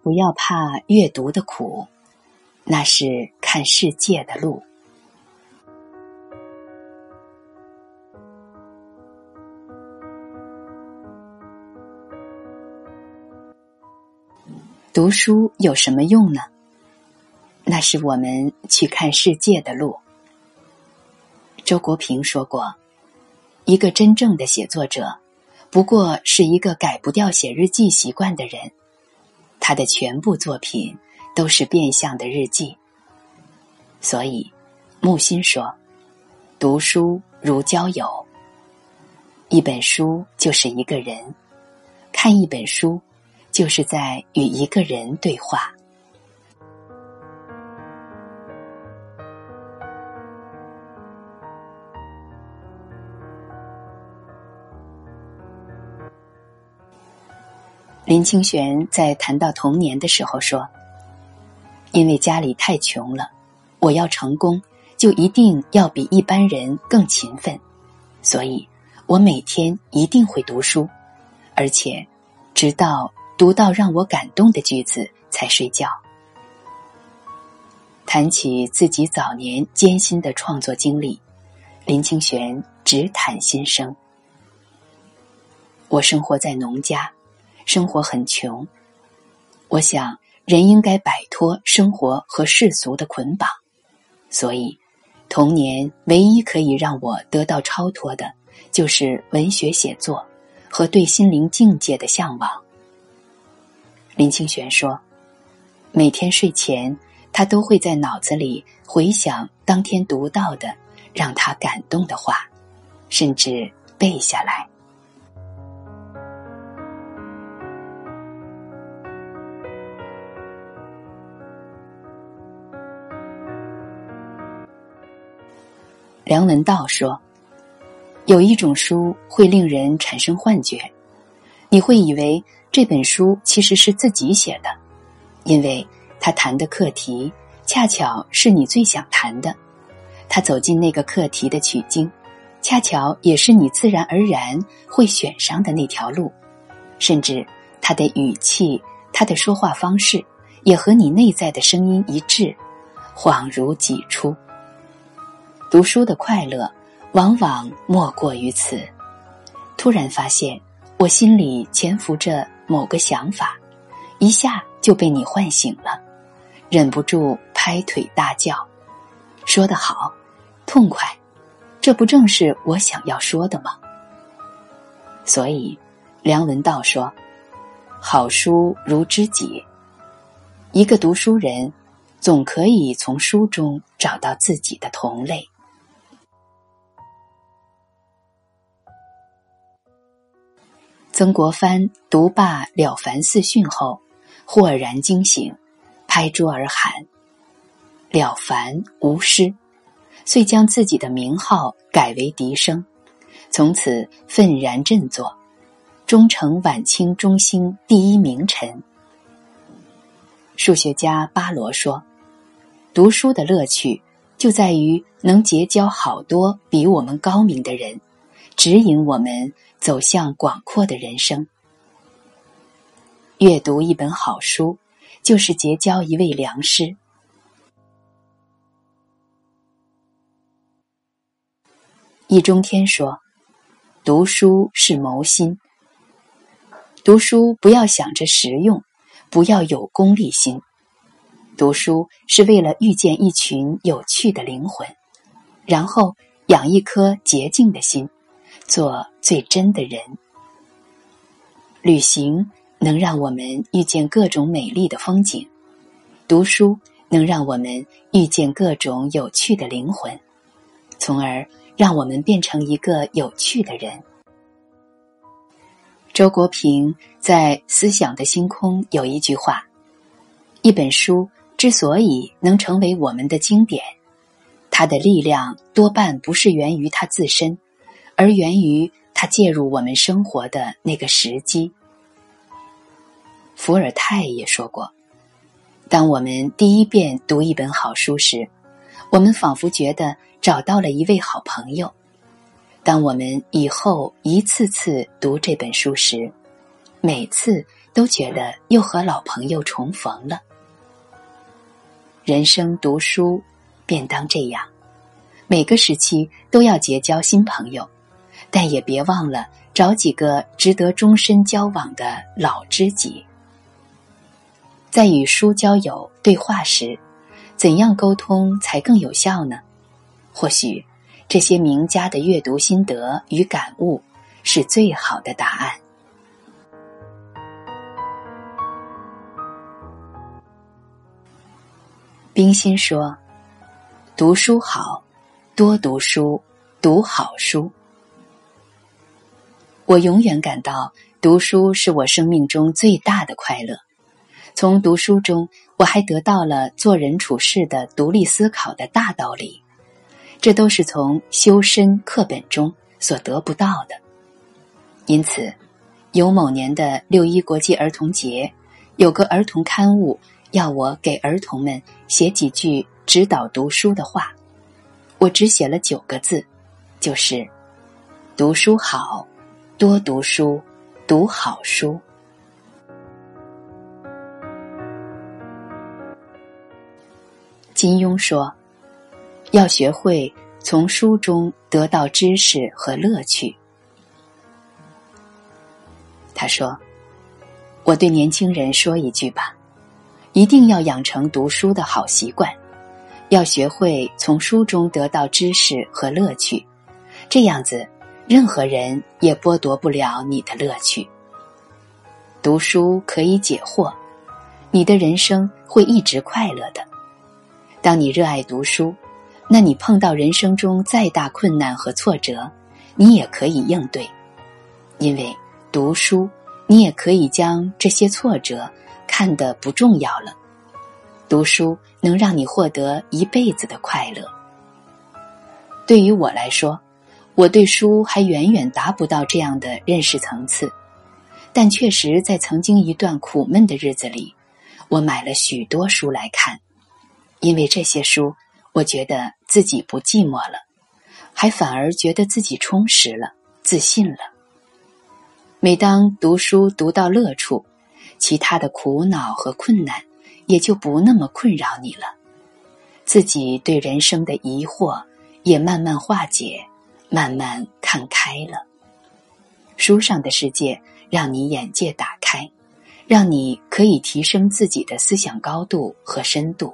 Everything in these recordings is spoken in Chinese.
不要怕阅读的苦，那是看世界的路。读书有什么用呢？那是我们去看世界的路。周国平说过，一个真正的写作者，不过是一个改不掉写日记习惯的人，他的全部作品都是变相的日记。所以木心说，读书如交友，一本书就是一个人，看一本书就是在与一个人对话。林清玄在谈到童年的时候说，因为家里太穷了，我要成功就一定要比一般人更勤奋，所以我每天一定会读书，而且直到读到让我感动的句子才睡觉。谈起自己早年艰辛的创作经历，林清玄直谈心声。我生活在农家，生活很穷，我想人应该摆脱生活和世俗的捆绑，所以童年唯一可以让我得到超脱的，就是文学写作和对心灵境界的向往。林清玄说，每天睡前他都会在脑子里回想当天读到的让他感动的话，甚至背下来。梁文道说，有一种书会令人产生幻觉，你会以为这本书其实是自己写的，因为他谈的课题恰巧是你最想谈的，他走进那个课题的取经，恰巧也是你自然而然会选上的那条路，甚至他的语气，他的说话方式也和你内在的声音一致，恍如己出。读书的快乐往往莫过于此，突然发现我心里潜伏着某个想法，一下就被你唤醒了，忍不住拍腿大叫，说得好，痛快，这不正是我想要说的吗？所以梁文道说，好书如知己，一个读书人总可以从书中找到自己的同类。曾国藩读罢《了凡四训》后，豁然惊醒，拍桌而喊，了凡无师，遂将自己的名号改为笛声，从此愤然振作，终成晚清中兴第一名臣。数学家巴罗说，读书的乐趣就在于能结交好多比我们高明的人，指引我们走向广阔的人生。阅读一本好书，就是结交一位良师。易中天说，读书是谋心。读书不要想着实用，不要有功利心。读书是为了遇见一群有趣的灵魂，然后养一颗洁净的心，做最真的人。旅行能让我们遇见各种美丽的风景，读书能让我们遇见各种有趣的灵魂，从而让我们变成一个有趣的人。周国平在《思想的星空》有一句话，一本书之所以能成为我们的经典，它的力量多半不是源于它自身，而源于它介入我们生活的那个时机。伏尔泰也说过，当我们第一遍读一本好书时，我们仿佛觉得找到了一位好朋友。当我们以后一次次读这本书时，每次都觉得又和老朋友重逢了。人生读书便当这样，每个时期都要结交新朋友，但也别忘了找几个值得终身交往的老知己。在与书交友对话时，怎样沟通才更有效呢？或许这些名家的阅读心得与感悟是最好的答案。冰心说，读书好，多读书，读好书。我永远感到读书是我生命中最大的快乐。从读书中，我还得到了做人处事的独立思考的大道理，这都是从修身课本中所得不到的。因此，有某年的6·1国际儿童节，有个儿童刊物要我给儿童们写几句指导读书的话，我只写了9个字，就是读书好，多读书，读好书。金庸说，要学会从书中得到知识和乐趣。他说，我对年轻人说一句吧，一定要养成读书的好习惯，要学会从书中得到知识和乐趣，这样子任何人也剥夺不了你的乐趣。读书可以解惑，你的人生会一直快乐的。当你热爱读书，那你碰到人生中再大困难和挫折，你也可以应对，因为读书，你也可以将这些挫折看得不重要了。读书能让你获得一辈子的快乐。对于我来说，我对书还远远达不到这样的认识层次，但确实在曾经一段苦闷的日子里，我买了许多书来看。因为这些书，我觉得自己不寂寞了，还反而觉得自己充实了，自信了。每当读书读到乐处，其他的苦恼和困难也就不那么困扰你了，自己对人生的疑惑也慢慢化解，慢慢看开了。书上的世界让你眼界打开，让你可以提升自己的思想高度和深度。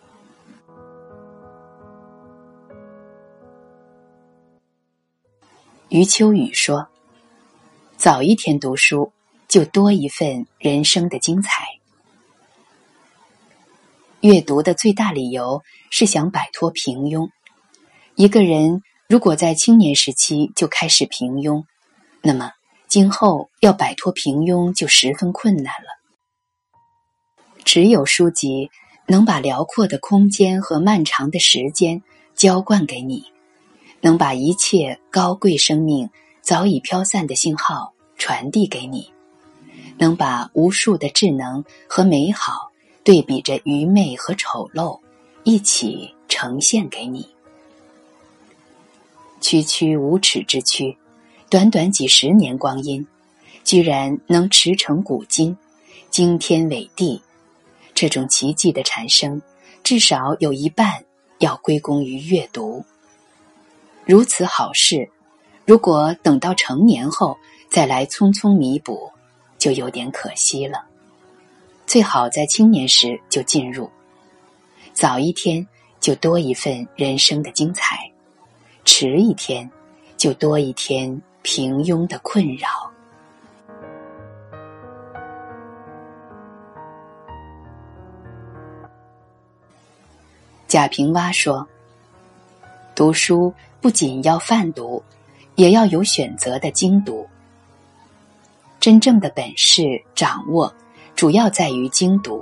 余秋雨说，早一天读书，就多一份人生的精彩。阅读的最大理由是想摆脱平庸。一个人如果在青年时期就开始平庸，那么今后要摆脱平庸就十分困难了。只有书籍能把辽阔的空间和漫长的时间浇灌给你，能把一切高贵生命早已飘散的信号传递给你，能把无数的智能和美好对比着愚昧和丑陋一起呈现给你。区区无耻之躯，短短几十年光阴，居然能驰骋古今，惊天伟地。这种奇迹的产生，至少有一半要归功于阅读。如此好事，如果等到成年后再来匆匆弥补，就有点可惜了。最好在青年时就进入，早一天就多一份人生的精彩，迟一天就多一天平庸的困扰。贾平凹说，读书不仅要泛读，也要有选择的精读。真正的本事掌握，主要在于精读。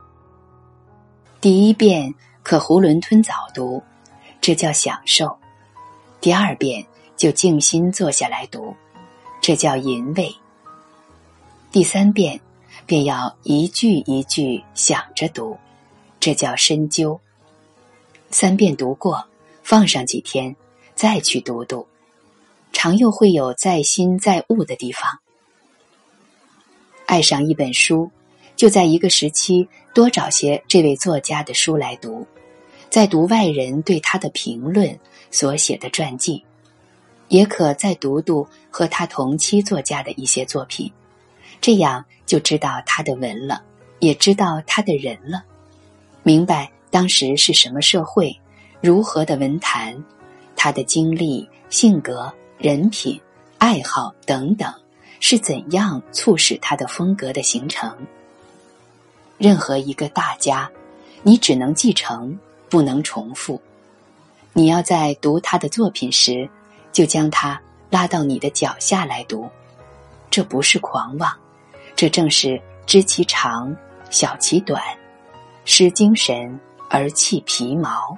第一遍可囫囵吞枣读，这叫享受；第二遍就静心坐下来读，这叫淫味；第三遍便要一句一句想着读，这叫深究。3遍读过，放上几天，再去读读，常又会有在心在悟的地方。 爱上一本书，就在一个时期多找些这位作家的书来读，再读外人对他的评论所写的传记，也可再读读和他同期作家的一些作品，这样就知道他的文了，也知道他的人了，明白当时是什么社会，如何的文坛，他的经历、性格、人品、爱好等等是怎样促使他的风格的形成。任何一个大家，你只能继承，不能重复。你要在读他的作品时，就将他拉到你的脚下来读，这不是狂妄，这正是知其长，晓其短，失精神而弃皮毛。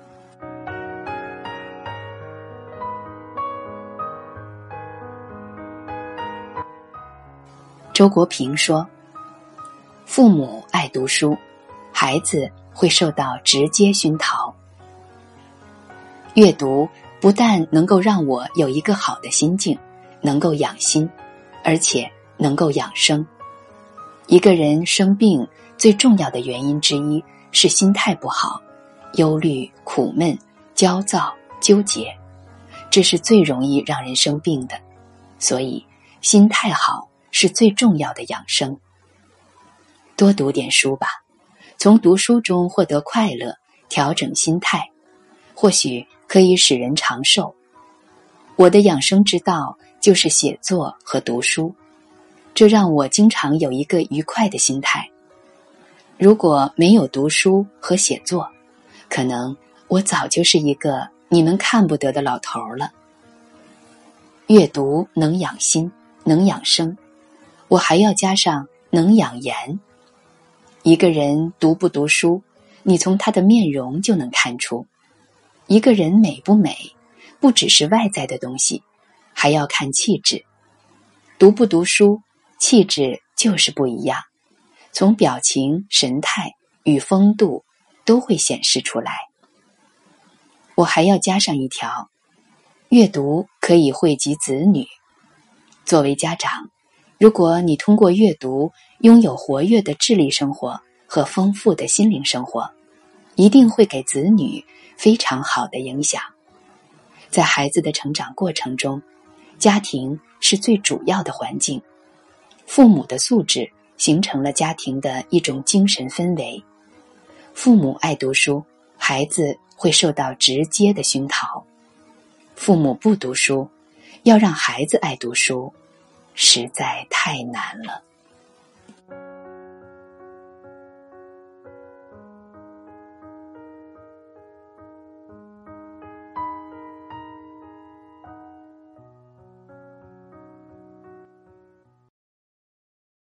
周国平说，父母爱读书，孩子会受到直接熏陶。阅读不但能够让我有一个好的心境，能够养心，而且能够养生。一个人生病最重要的原因之一是心态不好，忧虑、苦闷、焦躁、纠结，这是最容易让人生病的。所以心态好是最重要的养生。多读点书吧，从读书中获得快乐，调整心态，或许可以使人长寿。我的养生之道就是写作和读书，这让我经常有一个愉快的心态。如果没有读书和写作，可能我早就是一个你们看不得的老头了。阅读能养心，能养生，我还要加上能养颜。一个人读不读书，你从他的面容就能看出。一个人美不美，不只是外在的东西，还要看气质。读不读书，气质就是不一样，从表情、神态与风度都会显示出来。我还要加上一条，阅读可以惠及子女。作为家长，如果你通过阅读拥有活跃的智力生活和丰富的心灵生活，一定会给子女非常好的影响。在孩子的成长过程中，家庭是最主要的环境，父母的素质形成了家庭的一种精神氛围。父母爱读书，孩子会受到直接的熏陶。父母不读书，要让孩子爱读书，实在太难了。